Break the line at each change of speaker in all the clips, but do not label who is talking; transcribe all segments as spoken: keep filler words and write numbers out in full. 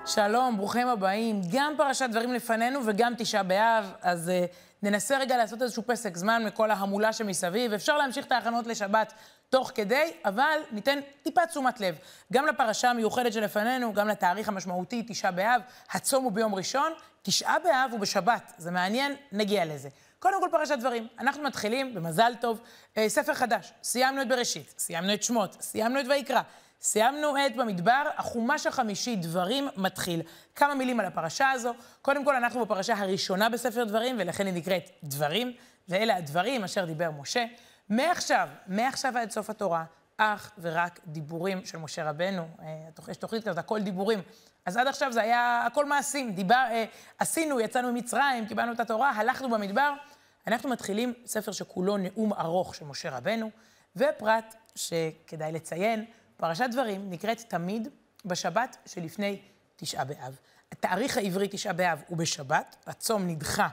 שלום, ברוכים הבאים. גם פרשת דברים לפנינו וגם תשעה באב, אז uh, ננסה רגע לעשות איזשהו פסק זמן מכל ההמולה שמסביב. אפשר להמשיך את ההכנות לשבת תוך כדי, אבל ניתן טיפה תשומת לב. גם לפרשה המיוחדת שלפנינו, גם לתאריך המשמעותי, תשעה באב, הצום הוא ביום ראשון, תשעה באב הוא בשבת. זה מעניין, נגיע לזה. קודם כל פרשת דברים. אנחנו מתחילים במזל טוב, uh, ספר חדש. סיימנו את בראשית, סיימנו את שמות, סיימנו את ויקרא. סיימנו את במדבר, החומש החמישי, דברים, מתחיל. כמה מילים על הפרשה הזו. קודם כל, אנחנו בפרשה הראשונה בספר דברים, ולכן היא נקראת דברים, ואלה הדברים אשר דיבר משה. מעכשיו, מעכשיו עד סוף התורה, אך ורק דיבורים של משה רבנו. יש תוכנית כזאת, הכל דיבורים. אז עד עכשיו זה היה הכל מעשים. דיבר, עשינו, יצאנו ממצרים, קיבלנו את התורה, הלכנו במדבר. אנחנו מתחילים ספר שכולו נאום ארוך של משה רבנו, ופרט שכדאי לציין, פרשת דברים נקראת תמיד בשבת שלפני תשעה באב. התאריך העברי תשעה באב הוא בשבת, הצום נדחה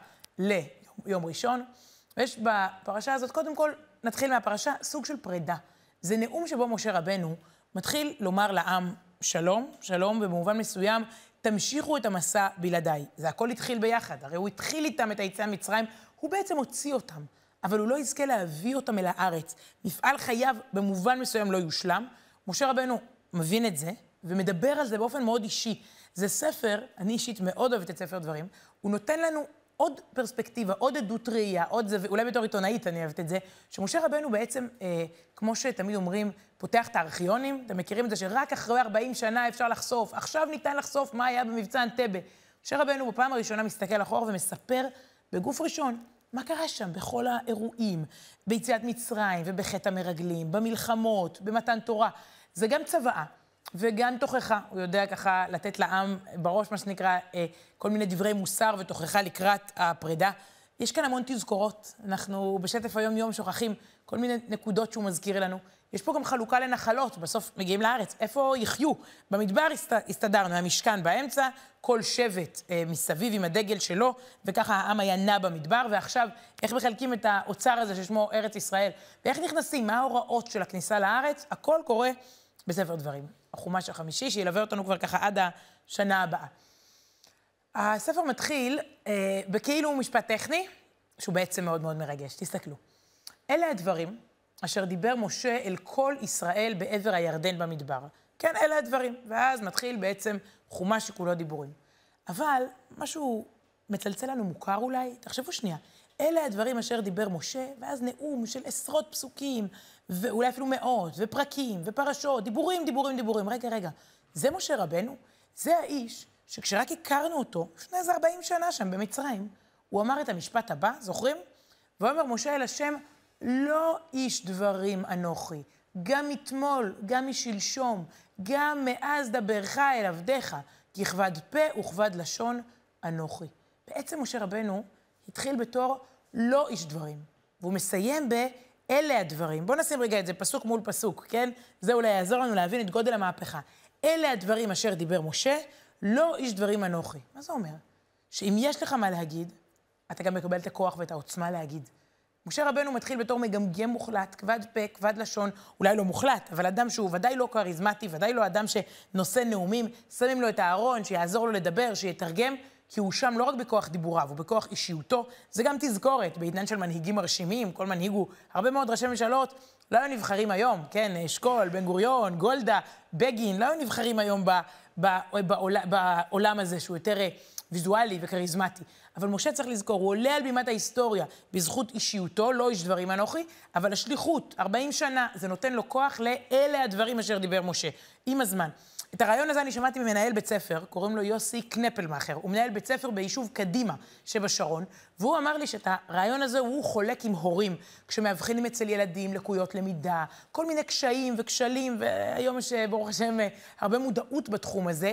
ליום ראשון, ויש בפרשה הזאת, קודם כל נתחיל מהפרשה, סוג של פרידה. זה נאום שבו משה רבנו מתחיל לומר לעם שלום, שלום, ובמובן מסוים תמשיכו את המסע בלעדיי. זה הכל התחיל ביחד, הרי הוא התחיל איתם את היציאה ממצרים, הוא בעצם הוציא אותם, אבל הוא לא יזכה להביא אותם אל הארץ. מפעל חייו במובן מסוים לא יושלם, משה רבנו מבין את זה, ומדבר על זה באופן מאוד אישי. זה ספר, אני אישית מאוד אוהבת את ספר דברים, הוא נותן לנו עוד פרספקטיבה, עוד עדות ראייה, עוד זה, ואולי בתור עיתונאית אני אוהבת את זה, שמשה רבנו בעצם, אה, כמו שתמיד אומרים, פותח את הארכיונים, אתם מכירים את זה שרק אחרי ארבעים שנה אפשר לחשוף, עכשיו ניתן לחשוף מה היה במבצע אנטבה. משה רבנו בפעם הראשונה מסתכל אחורה ומספר בגוף ראשון, מה קרה שם בכל האירועים, ביציאת מצרים ובחטא המרגלים, במלחמות, במתן תורה. זה גם צוואה וגם תוכחה. הוא יודע ככה לתת לעם בראש מה שנקרא כל מיני דברי מוסר ותוכחה לקראת הפרידה. יש כאן המון תזכורות. אנחנו בשטף היום יום שוכחים כל מיני נקודות שהוא מזכיר לנו. יש פה גם חלוקה לנחלות, בסוף מגיעים לארץ. איפה יחיו? במדבר הסתדרנו, המשכן באמצע, כל שבט אה, מסביב עם הדגל שלו, וככה העם היה נע במדבר, ועכשיו איך מחלקים את האוצר הזה ששמו ארץ ישראל, ואיך נכנסים, מה ההוראות של הכניסה לארץ, הכל קורה בספר דברים. החומש החמישי שילווה אותנו כבר ככה עד השנה הבאה. הספר מתחיל אה, בכאילו משפט טכני, שהוא בעצם מאוד מאוד מרגש. תסתכלו. אלה הדברים אשר דיבר משה אל כל ישראל בעבר הירדן במדבר. כן, אלה הדברים. ואז מתחיל בעצם חומש שכולו דיבורים. אבל משהו מצלצל לנו מוכר אולי, תחשבו שנייה. אלה הדברים אשר דיבר משה, ואז נאום של עשרות פסוקים, ואולי אפילו מאות, ופרקים, ופרשות, דיבורים, דיבורים, דיבורים. רגע, רגע, זה משה רבנו? זה האיש שכשרק הכרנו אותו, לפני איזה ארבעים שנה שם במצרים, הוא אמר את המשפט הבא, זוכרים? והוא אומר משה אל השם, לא איש דברים אנוכי, גם מתמול, גם משלשום, גם מאז דברך אל עבדיך, כי כבד פה וכבד לשון אנוכי. בעצם משה רבנו התחיל בתור לא איש דברים, והוא מסיים באלה הדברים. בואו נשים רגע את זה פסוק מול פסוק, כן? זה אולי יעזור לנו להבין את גודל המהפכה. אלה הדברים אשר דיבר משה, לא איש דברים אנוכי. מה זה אומר? שאם יש לך מה להגיד, אתה גם מקבל את הכוח ואת העוצמה להגיד. משה רבנו מתחיל בתור מגמגם מוחלט, כבד פה, כבד לשון, אולי לא מוחלט, אבל אדם שהוא ודאי לא קריזמטי, ודאי לא אדם שנושא נאומים, שמים לו את הארון, שיעזור לו לדבר, שיתרגם, כי הוא שם לא רק בכוח דיבוריו, הוא בכוח אישיותו. זה גם תזכורת בעידן של מנהיגים מרשימים, כל מנהיג הוא הרבה מאוד ראשי ממשלות, לא היו נבחרים היום, כן, אשכול, בן גוריון, גולדה, בגין, לא היו נבחרים היום ב, ב, בעול, בעולם הזה שהוא יותר ויזואלי וקריזמטי. אבל משה צריך לזכור, הוא עולה על בימת ההיסטוריה בזכות אישיותו, לא איש דברים אנוכי, אבל השליחות, ארבעים שנה, זה נותן לו כוח לאלה הדברים אשר דיבר משה, עם הזמן. את הרעיון הזה אני שמעתי ממנהל בית ספר, קוראים לו יוסי קנפלמאחר, הוא מנהל בית ספר ביישוב קדימה שבשרון, והוא אמר לי שאת הרעיון הזה הוא חולק עם הורים, כשמאבחנים אצל ילדים לקויות למידה, כל מיני קשיים וכשלים, והיום יש ברוך השם הרבה מודעות בתחום הזה,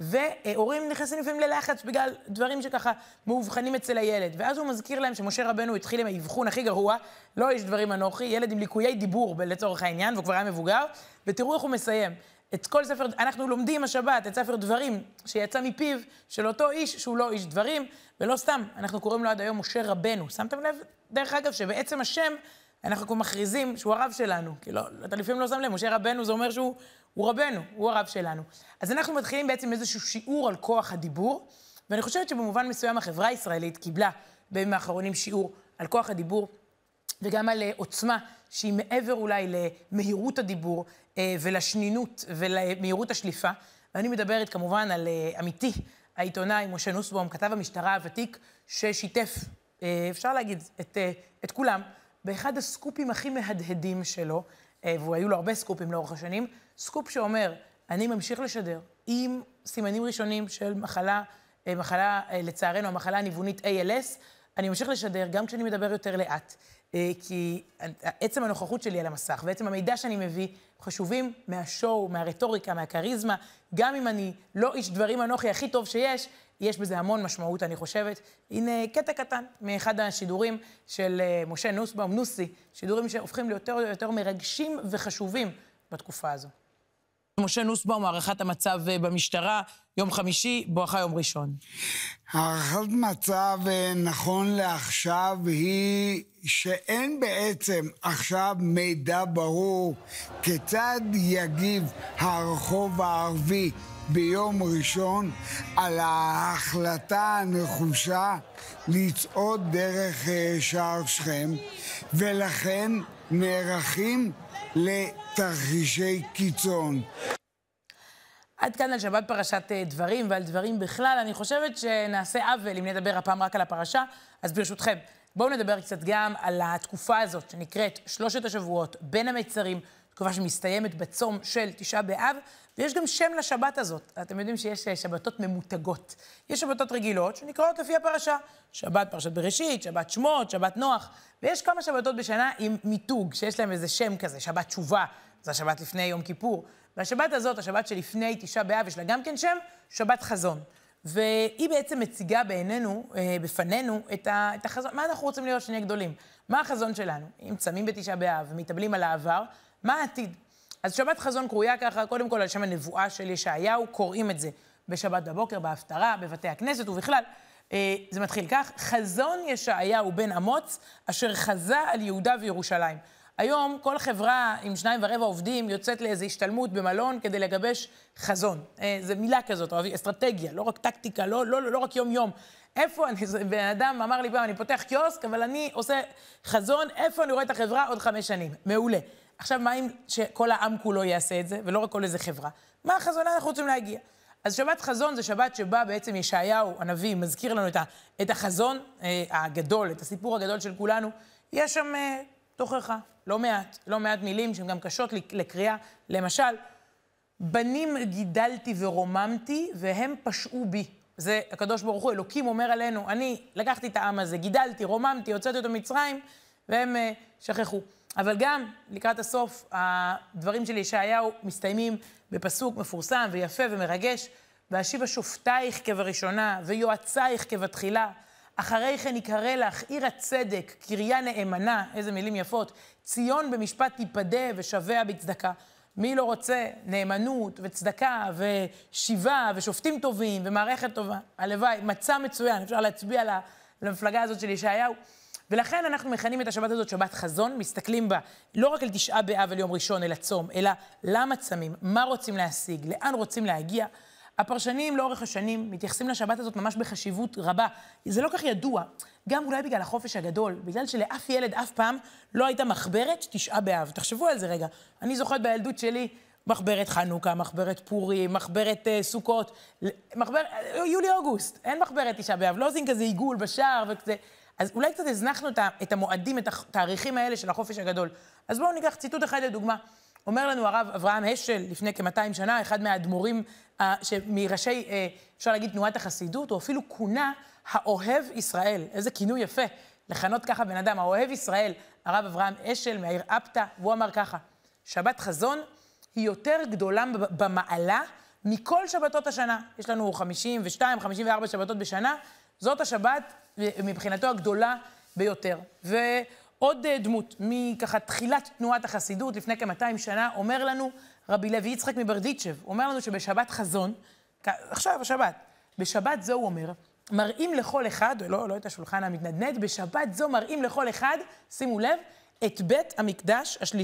והורים נכנסים לפעמים ללחץ בגלל דברים שככה מאובחנים אצל הילד, ואז הוא מזכיר להם שמשה רבנו התחיל עם האבחון הכי גרוע, לא יש דברים אנוכי, ילד עם ליקויי דיבור לצורך העניין, והוא כבר היה מבוגר, ותראו איך הוא מסיים. את כל ספר, אנחנו לומדים השבת, את ספר דברים שיצא מפיו של אותו איש שהוא לא איש דברים, ולא סתם, אנחנו קוראים לו עד היום משה רבנו. שמתם לב, דרך אגב, שבעצם השם אנחנו כבר מכריזים שהוא הרב שלנו, כי לא, אתה לפעמים לא שם לב, משה רבנו זה אומר שהוא הוא רבנו, הוא הרב שלנו. אז אנחנו מתחילים בעצם איזשהו שיעור על כוח הדיבור, ואני חושבת שבמובן מסוים החברה הישראלית קיבלה בימים האחרונים שיעור על כוח הדיבור, וגם על עוצמה שהיא מעבר אולי למהירות הדיבור ולשנינות ולמהירות השליפה. ואני מדברת כמובן על אמיתי, העיתונאי משה נוסבאום, כתב המשטרה הוותיק, ששיתף, אפשר להגיד, את, את כולם, באחד הסקופים הכי מהדהדים שלו, והיו לו הרבה סקופים לאורך השנים, סקופ שאומר, אני ממשיך לשדר עם סימנים ראשונים של מחלה, מחלה לצערנו, המחלה הניוונית איי אל אס, אני ממשיך לשדר גם כשאני מדבר יותר לאט, כי עצם הנוכחות שלי על המסך, ועצם המידע שאני מביא, חשובים מהשואו, מהרטוריקה, מהקריזמה, גם אם אני לא איש דברים אנוכי הכי טוב שיש, יש בזה המון משמעות, אני חושבת. הנה קטע קטן מאחד השידורים של משה נוסבאום, נוסי, שידורים שהופכים ליותר יותר מרגשים וחשובים בתקופה הזו. משה נוסבאום, הערכת המצב במשטרה, יום חמישי, בואכה יום ראשון.
הערכת מצב נכון לעכשיו היא שאין בעצם עכשיו מידע ברור כיצד יגיב הרחוב הערבי ביום ראשון על ההחלטה הנחושה לצעוד דרך שער שכם, ולכן נערכים לתרחישי קיצון.
עד כאן על שבת פרשת דברים ועל דברים בכלל. אני חושבת שנעשה עוול אם נדבר הפעם רק על הפרשה, אז ברשותכם, בואו נדבר קצת גם על התקופה הזאת שנקראת שלושת השבועות בין המצרים, תקופה שמסתיימת בצום של תשעה באב, ויש גם שם לשבת הזאת. אתם יודעים שיש שבתות ממותגות. יש שבתות רגילות שנקראות לפי הפרשה. שבת פרשת בראשית, שבת שמות, שבת נוח, ויש כמה שבתות בשנה עם מיתוג, שיש להם איזה שם כזה, שבת תשובה, זה השבת לפני יום כיפור. והשבת הזאת, השבת שלפני תשעה באב, יש לה גם כן שם, שבת חזון. והיא בעצם מציגה בעינינו, בפנינו, את, ה, את החזון. מה אנחנו רוצים להיות שני גדולים? מה החזון שלנו? אם צמים בתשעה באב ומתאבלים על העבר, מה העתיד? אז שבת חזון קרויה ככה, קודם כל על שם הנבואה של ישעיהו, קוראים את זה בשבת בבוקר, בהפטרה, בבתי הכנסת, ובכלל, זה מתחיל כך, חזון ישעיהו בן אמוץ, אשר חזה על יהודה וירושלים. היום כל חברה עם שניים ורבע עובדים יוצאת לאיזו השתלמות במלון כדי לגבש חזון. זו מילה כזאת, אסטרטגיה, לא רק טקטיקה, לא, לא, לא רק יום-יום. איפה אני, בן אדם אמר לי פעם, אני פותח קיוסק, אבל אני עושה חזון, איפה אני רואה את החברה עוד חמש שנים. מעולה. עכשיו, מה אם שכל העם כולו יעשה את זה, ולא רק כל איזה חברה? מה החזון אנחנו רוצים להגיע? אז שבת חזון זה שבת שבה בעצם ישעיהו, הנביא, מזכיר לנו את, ה, את החזון אה, הגדול, את הסיפור הגדול של כולנו. יש שם אה, תוכחה, לא מעט, לא מעט מילים שהן גם קשות לקריאה. למשל, בנים גידלתי ורוממתי, והם פשעו בי. זה הקדוש ברוך הוא, אלוקים אומר עלינו, אני לקחתי את העם הזה, גידלתי, רוממתי, הוצאתי אותו מצרים, והם אה, שכחו. אבל גם לקראת הסוף, הדברים של ישעיהו מסתיימים בפסוק מפורסם ויפה ומרגש, ואשיבה שופטייך כבראשונה, ויועצייך כבתחילה, אחרי כן יקרא לך עיר הצדק, קריה נאמנה, איזה מילים יפות, ציון במשפט תיפדה ושבע בצדקה. מי לא רוצה נאמנות וצדקה ושיבה ושופטים טובים ומערכת טובה? הלוואי, מצא מצוין, אפשר להצביע למפלגה הזאת של ישעיהו. ולכן אנחנו מכנים את השבת הזאת שבת חזון, מסתכלים בה לא רק על תשעה באב על יום ראשון, אלא צום, אלא למה צמים, מה רוצים להשיג, לאן רוצים להגיע. הפרשנים לאורך השנים מתייחסים לשבת הזאת ממש בחשיבות רבה. זה לא כך ידוע, גם אולי בגלל החופש הגדול, בגלל שלאף ילד אף פעם לא הייתה מחברת תשעה באב. תחשבו על זה רגע. אני זוכרת בילדות שלי מחברת חנוכה, מחברת פורים, מחברת uh, סוכות, מחבר... יולי-אוגוסט, אין מחברת תשעה באב, לא עושים כזה עיגול בשער וכזה. אז אולי קצת הזנחנו את המועדים, את התאריכים האלה של החופש הגדול. אז בואו ניקח ציטוט אחד לדוגמה. אומר לנו הרב אברהם השל, לפני כ-מאתיים שנה, אחד מהאדמו"רים uh, מראשי, uh, אפשר להגיד, תנועת החסידות, הוא אפילו כונה האוהב ישראל. איזה כינוי יפה, לכנות ככה בן אדם, האוהב ישראל, הרב אברהם השל מהעיר אפתא, והוא אמר ככה, שבת חזון היא יותר גדולה במעלה מכל שבתות השנה. יש לנו חמישים ושתיים, חמישים וארבע שבתות בשנה, זאת השבת מבחינתו הגדולה ביותר. ועוד דמות, מככה תחילת תנועת החסידות, לפני כ-מאתיים שנה, אומר לנו רבי לוי יצחק מברדיצ'ב, אומר לנו שבשבת חזון, עכשיו השבת, בשבת זו הוא אומר, מראים לכל אחד, לא, לא את השולחן המתנדנד, בשבת זו מראים לכל אחד, שימו לב, את בית המקדש השלישי.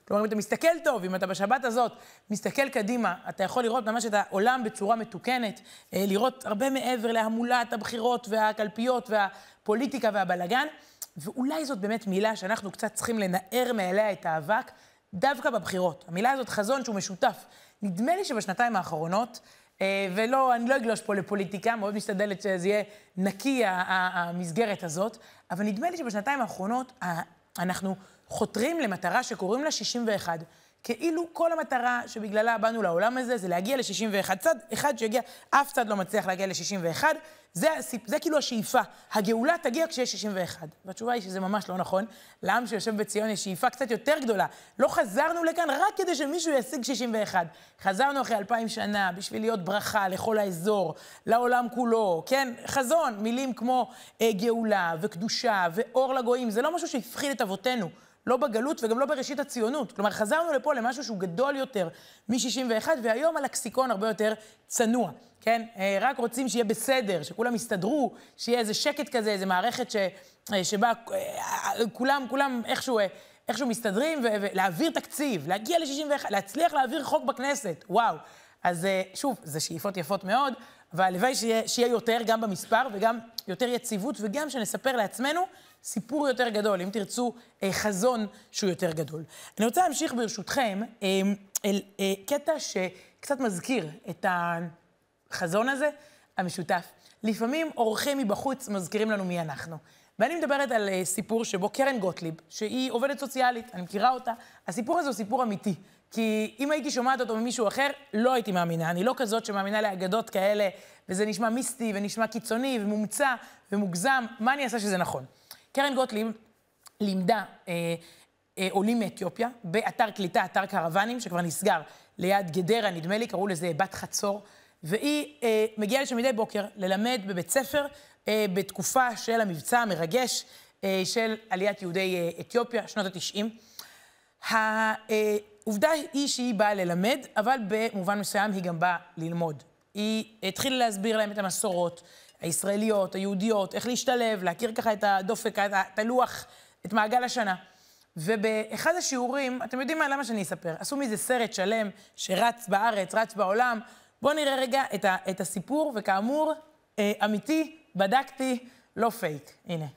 כלומר, אם אתה מסתכל טוב, אם אתה בשבת הזאת מסתכל קדימה, אתה יכול לראות ממש את העולם בצורה מתוקנת, לראות הרבה מעבר להמולת הבחירות והקלפיות והפוליטיקה והבלגן, ואולי זאת באמת מילה שאנחנו קצת צריכים לנער מעליה את האבק, דווקא בבחירות. המילה הזאת חזון שהוא משותף. נדמה לי שבשנתיים האחרונות, ולא, אני לא אגלוש פה לפוליטיקה, מאוד משתדלת שזה יהיה נקי המסגרת הזאת, אבל נדמה לי שבשנתיים האחרונות אנחנו חותרים למטרה שקוראים לה שישים ואחת. כאילו כל המטרה שבגללה באנו לעולם הזה זה להגיע ל-שישים ואחת. צד אחד שיגיע, אף צד לא מצליח להגיע ל-שישים ואחת, זה, זה כאילו השאיפה. הגאולה תגיע כשיש שישים ואחת. והתשובה היא שזה ממש לא נכון. לעם שיושב בציון יש שאיפה קצת יותר גדולה. לא חזרנו לכאן רק כדי שמישהו ישיג שישים ואחת. חזרנו אחרי אלפיים שנה בשביל להיות ברכה לכל האזור, לעולם כולו, כן? חזון, מילים כמו אה, גאולה וקדושה ואור לגויים, זה לא משהו שהפחיד את אבותינו. לא בגלות וגם לא בראשית הציונות. כלומר, חזרנו לפה למשהו שהוא גדול יותר מ-שישים ואחת, והיום הלקסיקון הרבה יותר צנוע, כן? רק רוצים שיהיה בסדר, שכולם יסתדרו, שיהיה איזה שקט כזה, איזה מערכת ש... שבה כולם, כולם איכשהו, איכשהו מסתדרים, ו... ולהעביר תקציב, להגיע ל-שישים ואחת, להצליח להעביר חוק בכנסת, וואו. אז שוב, זה שאיפות יפות מאוד, אבל הלוואי שיהיה, שיהיה יותר גם במספר, וגם יותר יציבות, וגם שנספר לעצמנו סיפור יותר גדול, אם תרצו חזון שהוא יותר גדול. אני רוצה להמשיך ברשותכם אל קטע שקצת מזכיר את החזון הזה, המשותף. לפעמים אורחים מבחוץ מזכירים לנו מי אנחנו. ואני מדברת על סיפור שבו קרן גוטליב, שהיא עובדת סוציאלית, אני מכירה אותה, הסיפור הזה הוא סיפור אמיתי. כי אם הייתי שומעת אותו ממישהו אחר, לא הייתי מאמינה. אני לא כזאת שמאמינה לאגדות כאלה, וזה נשמע מיסטי ונשמע קיצוני ומומצא ומוגזם. מה אני אעשה שזה נכון? קרן גוטליב לימדה אה, אה, עולים מאתיופיה באתר קליטה, אתר קרוונים, שכבר נסגר ליד גדרה, נדמה לי, קראו לזה בת חצור, והיא אה, מגיעה לשם מדי בוקר ללמד בבית ספר אה, בתקופה של המבצע המרגש אה, של עליית יהודי אה, אתיופיה, שנות ה-תשעים. העובדה היא שהיא באה ללמד, אבל במובן מסוים היא גם באה ללמוד. היא התחילה להסביר להם את המסורות, הישראליות, היהודיות, איך להשתלב, להכיר ככה את הדופק, את הלוח, את מעגל השנה. ובאחד השיעורים, אתם יודעים מה, למה שאני אספר? עשו מזה סרט שלם שרץ בארץ, רץ בעולם. בואו נראה רגע את, ה, את הסיפור, וכאמור, אה, אמיתי, בדקתי, לא פייק. הנה.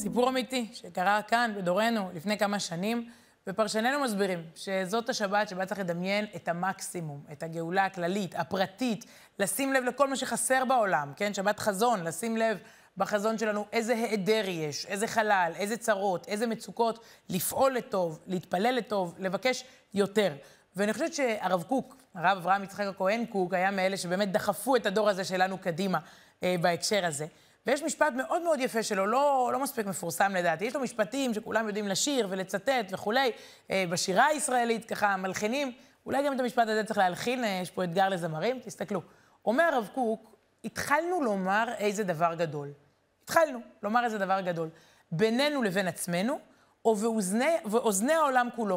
סיפור אמיתי שקרה כאן בדורנו לפני כמה שנים, ופרשנינו מסבירים שזאת השבת שבה צריך לדמיין את המקסימום, את הגאולה הכללית, הפרטית, לשים לב לכל מה שחסר בעולם, כן? שבת חזון, לשים לב בחזון שלנו איזה היעדר יש, איזה חלל, איזה צרות, איזה מצוקות, לפעול לטוב, להתפלל לטוב, לבקש יותר. ואני חושבת שהרב קוק, הרב אברהם יצחק הכהן קוק, היה מאלה שבאמת דחפו את הדור הזה שלנו קדימה אה, בהקשר הזה. ויש משפט מאוד מאוד יפה שלו, לא, לא מספיק מפורסם לדעתי. יש לו משפטים שכולם יודעים לשיר ולצטט וכולי, אה, בשירה הישראלית, ככה מלחינים. אולי גם את המשפט הזה צריך להלחין, אה, יש פה אתגר לזמרים, תסתכלו. אומר הרב קוק, התחלנו לומר איזה דבר גדול. התחלנו לומר איזה דבר גדול. בינינו לבין עצמנו, או באוזני, ואוזני העולם כולו.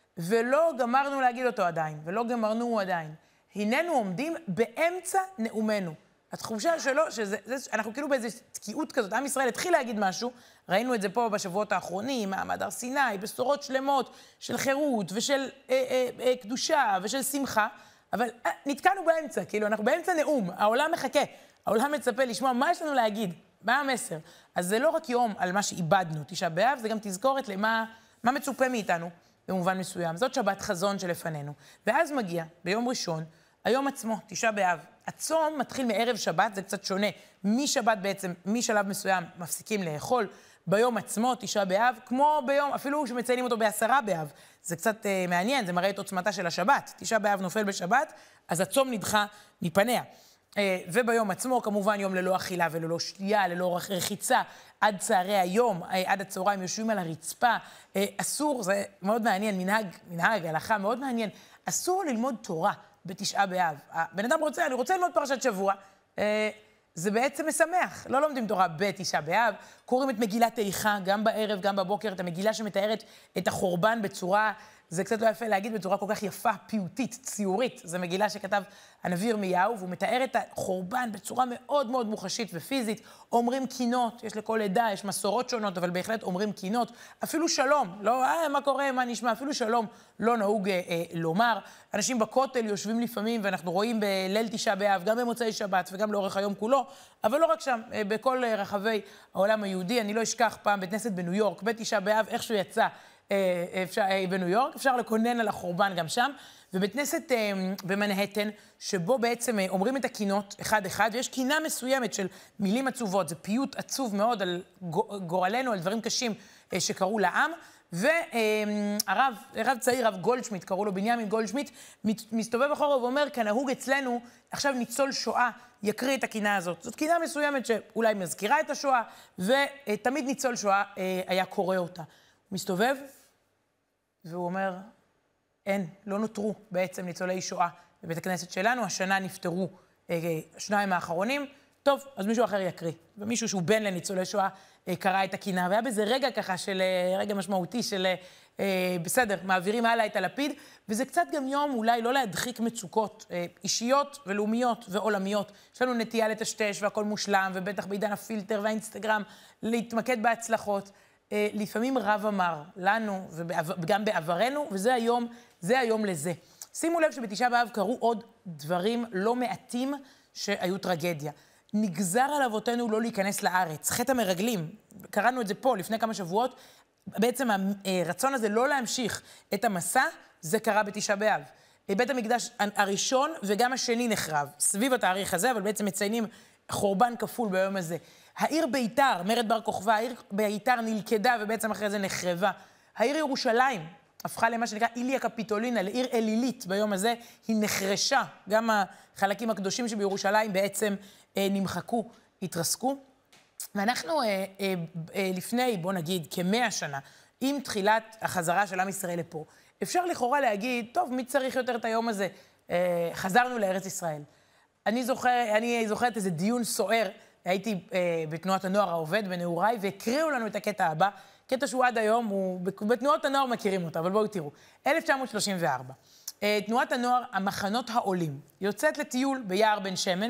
ולא גמרנו להגיד אותו עדיין, ולא גמרנו עדיין. הננו עומדים באמצע נאומנו. התחושה שלו, שזה, זה, אנחנו כאילו באיזו תקיעות כזאת, עם ישראל התחיל להגיד משהו, ראינו את זה פה בשבועות האחרונים, מעמד הר סיני, בשורות שלמות של חירות ושל אה, אה, אה, קדושה ושל שמחה, אבל אה, נתקענו באמצע, כאילו אנחנו באמצע נאום, העולם מחכה, העולם מצפה לשמוע מה יש לנו להגיד, מה המסר. אז זה לא רק יום על מה שאיבדנו, תשעה באב, זה גם תזכורת למה מה מצופה מאיתנו במובן מסוים. זאת שבת חזון שלפנינו. ואז מגיע, ביום ראשון, היום עצמו, תשעה באב. הצום מתחיל מערב שבת, זה קצת שונה. משבת בעצם, משלב מסוים, מפסיקים לאכול. ביום עצמו, תשעה באב, כמו ביום, אפילו שמציינים אותו בעשרה באב. זה קצת אה, מעניין, זה מראה את עוצמתה של השבת. תשעה באב נופל בשבת, אז הצום נדחה מפניה. אה, וביום עצמו, כמובן, יום ללא אכילה וללא שתייה, ללא רחיצה, עד צהרי היום, אה, עד הצהריים, יושבים על הרצפה. אה, אסור, זה מאוד מעניין, מנהג, מנהג, הלכה מאוד מעניין. אסור ללמוד תורה בתשעה באב. הבן אדם רוצה, אני רוצה ללמוד פרשת שבוע. אה, זה בעצם משמח. לא לומדים תורה בתשעה באב, קוראים את מגילת איכה, גם בערב, גם בבוקר, את המגילה שמתארת את החורבן בצורה, זה קצת לא יפה להגיד, בצורה כל כך יפה, פיוטית, ציורית. זו מגילה שכתב הנביא ירמיהו, והוא מתאר את החורבן בצורה מאוד מאוד מוחשית ופיזית. אומרים קינות, יש לכל עדה, יש מסורות שונות, אבל בהחלט אומרים קינות. אפילו שלום, לא, אה, מה קורה, מה נשמע, אפילו שלום לא נהוג אה, אה, לומר. אנשים בכותל יושבים לפעמים, ואנחנו רואים בליל תשעה באב, גם במוצאי שבת וגם לאורך היום כולו, אבל לא רק שם, אה, בכל אה, רחבי העולם היהודי. אני לא אשכח פעם בית כנסת בניו יורק, בית תשעה באב, איכשהו יצא, אפשר, בניו יורק, אפשר לקונן על החורבן גם שם, ובית כנסת במנהטן, שבו בעצם אומרים את הקינות אחד-אחד, ויש קינה מסוימת של מילים עצובות, זה פיוט עצוב מאוד על גורלנו, על דברים קשים שקרו לעם, והרב, רב צעיר, רב גולדשמיט, קראו לו בנימין גולדשמיט, מסתובב אחורה ואומר, כנהוג אצלנו, עכשיו ניצול שואה יקריא את הקינה הזאת. זאת קינה מסוימת שאולי מזכירה את השואה, ותמיד ניצול שואה היה קורא אותה. מסתובב, והוא אומר, אין, לא נותרו בעצם ניצולי שואה בבית הכנסת שלנו, השנה נפטרו אה, שניים האחרונים, טוב, אז מישהו אחר יקריא. ומישהו שהוא בן לניצולי שואה אה, קרא את הקינה, והיה בזה רגע ככה של, אה, רגע משמעותי של, אה, בסדר, מעבירים הלאה את הלפיד, וזה קצת גם יום אולי לא להדחיק מצוקות אה, אישיות ולאומיות ועולמיות. יש לנו נטייה לטשטש והכל מושלם, ובטח בעידן הפילטר והאינסטגרם, להתמקד בהצלחות. לפעמים רב אמר לנו, וגם בעברנו, וזה היום, זה היום לזה. שימו לב שבתשעה באב קרו עוד דברים לא מעטים שהיו טרגדיה. נגזר על אבותינו לא להיכנס לארץ. חטא המרגלים, קראנו את זה פה לפני כמה שבועות, בעצם הרצון הזה לא להמשיך את המסע, זה קרה בתשעה באב. בית המקדש הראשון וגם השני נחרב, סביב התאריך הזה, אבל בעצם מציינים חורבן כפול ביום הזה. העיר ביתר, מרד בר כוכבא, העיר ביתר נלכדה ובעצם אחרי זה נחרבה. העיר ירושלים הפכה למה שנקרא איליה קפיטולינה, לעיר אלילית ביום הזה, היא נחרשה. גם החלקים הקדושים שבירושלים בעצם אה, נמחקו, התרסקו. ואנחנו אה, אה, אה, לפני, בוא נגיד, כמאה שנה, עם תחילת החזרה של עם ישראל לפה, אפשר לכאורה להגיד, טוב, מי צריך יותר את היום הזה? אה, חזרנו לארץ ישראל. אני זוכר, אני זוכרת איזה דיון סוער, הייתי אה, בתנועת הנוער העובד בנעוריי, והקריאו לנו את הקטע הבא, קטע שהוא עד היום, הוא, בתנועות הנוער מכירים אותה, אבל בואו תראו. אלף תשע מאות שלושים וארבע, אה, תנועת הנוער, המחנות העולים, יוצאת לטיול ביער בן שמן,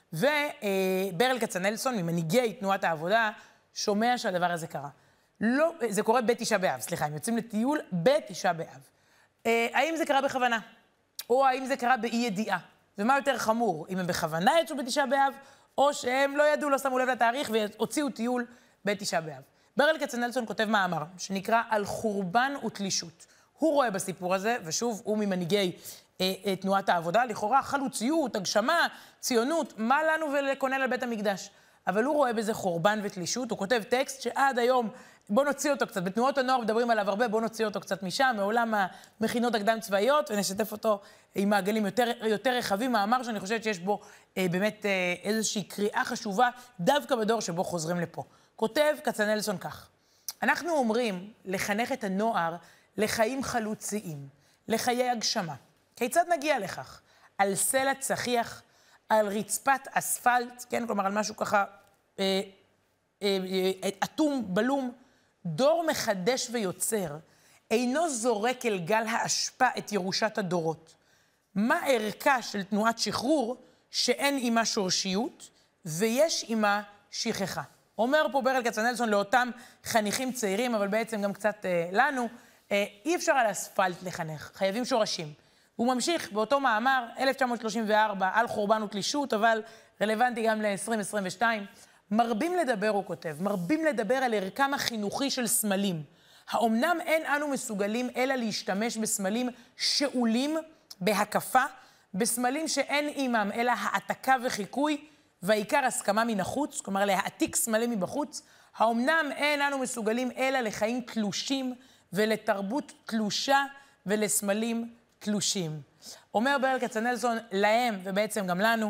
וברל כצנלסון, ממנהיגי תנועת העבודה, שומע שהדבר הזה קרה. לא, זה קורה בתשעה באב, סליחה, הם יוצאים לטיול בתשעה באב. אה, האם זה קרה בכוונה? או האם זה קרה באי ידיעה? ומה יותר חמור, אם הם בכוונה יצאו בתשעה באב, או שהם לא ידעו, לא שמו לב לתאריך, והוציאו טיול בתשעה באב. ברל כצנלסון כותב מאמר שנקרא על חורבן ותלישות. הוא רואה בסיפור הזה, ושוב, הוא ממנהיגי אה, אה, תנועת העבודה, לכאורה חלוציות, הגשמה, ציונות, מה לנו ולכונן על בית המקדש? אבל הוא רואה בזה חורבן ותלישות, הוא כותב טקסט שעד היום, בוא נוציא אותו קצת, בתנועות הנוער מדברים עליו הרבה, בוא נוציא אותו קצת משם, מעולם המכינות הקדם צבאיות, ונשתף אותו עם מעגלים יותר, יותר רחבים, מאמר שאני חושבת שיש בו אה, באמת אה, איזושהי קריאה חשובה, דווקא בדור שבו חוזרים לפה. כותב כצנלסון כך, אנחנו אומרים לחנך את הנוער לחיים חלוציים, לחיי הגשמה. כיצד נגיע לכך? על סלע צחיח, על רצפת אספלט, כן? כלומר, על משהו ככה אה, אה, אה, אטום, בלום. דור מחדש ויוצר, אינו זורק אל גל האשפה את ירושת הדורות. מה ערכה של תנועת שחרור שאין עימה שורשיות, ויש עימה שכחה? אומר פה ברל כצנלסון לאותם חניכים צעירים, אבל בעצם גם קצת אה, לנו, אה, אי אפשר על אספלט לחנך, חייבים שורשים. הוא ממשיך באותו מאמר, אלף תשע מאות שלושים וארבע, על חורבן ותלישות, אבל רלוונטי גם ל-עשרים עשרים ושתיים. מרבים לדבר, הוא כותב, מרבים לדבר על ערכם החינוכי של סמלים. האומנם אין אנו מסוגלים אלא להשתמש בסמלים שאולים בהקפה, בסמלים שאין עימם אלא העתקה וחיקוי, והעיקר הסכמה מן החוץ, כלומר להעתיק סמלים מבחוץ. האומנם אין אנו מסוגלים אלא לחיים תלושים ולתרבות תלושה ולסמלים תלושים. אומר ברל כצנלסון להם, ובעצם גם לנו,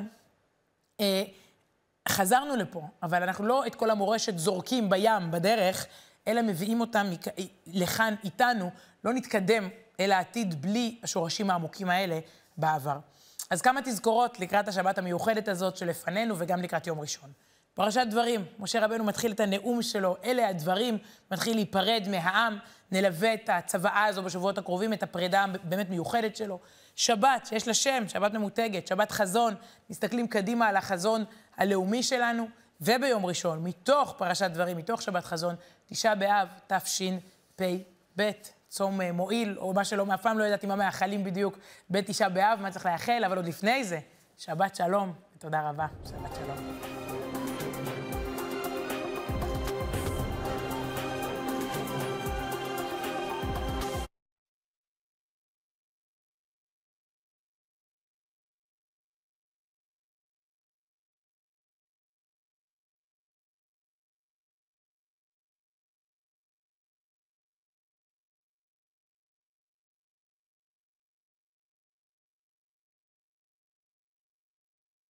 אה, חזרנו לפה, אבל אנחנו לא את כל המורשת זורקים בים, בדרך, אלא מביאים אותם לכאן איתנו, לא נתקדם אל העתיד בלי השורשים העמוקים האלה בעבר. אז כמה תזכורות לקראת השבת המיוחדת הזאת שלפנינו וגם לקראת יום ראשון. פרשת דברים, משה רבנו מתחיל את הנאום שלו, אלה הדברים, מתחיל להיפרד מהעם, נלווה את הצוואה הזו בשבועות הקרובים, את הפרידה באמת מיוחדת שלו. שבת, שיש לה שם, שבת ממותגת, שבת חזון, מסתכלים קדימה על החזון הלאומי שלנו, וביום ראשון, מתוך פרשת דברים, מתוך שבת חזון, תשעה באב, תשפ"ב, צום מועיל, או מה שלא, מאפם לא ידעתי מה מאחלים בדיוק בתשעה באב, מה צריך לאחל, אבל עוד לפני זה, שבת שלום, ותודה רבה, שבת שלום.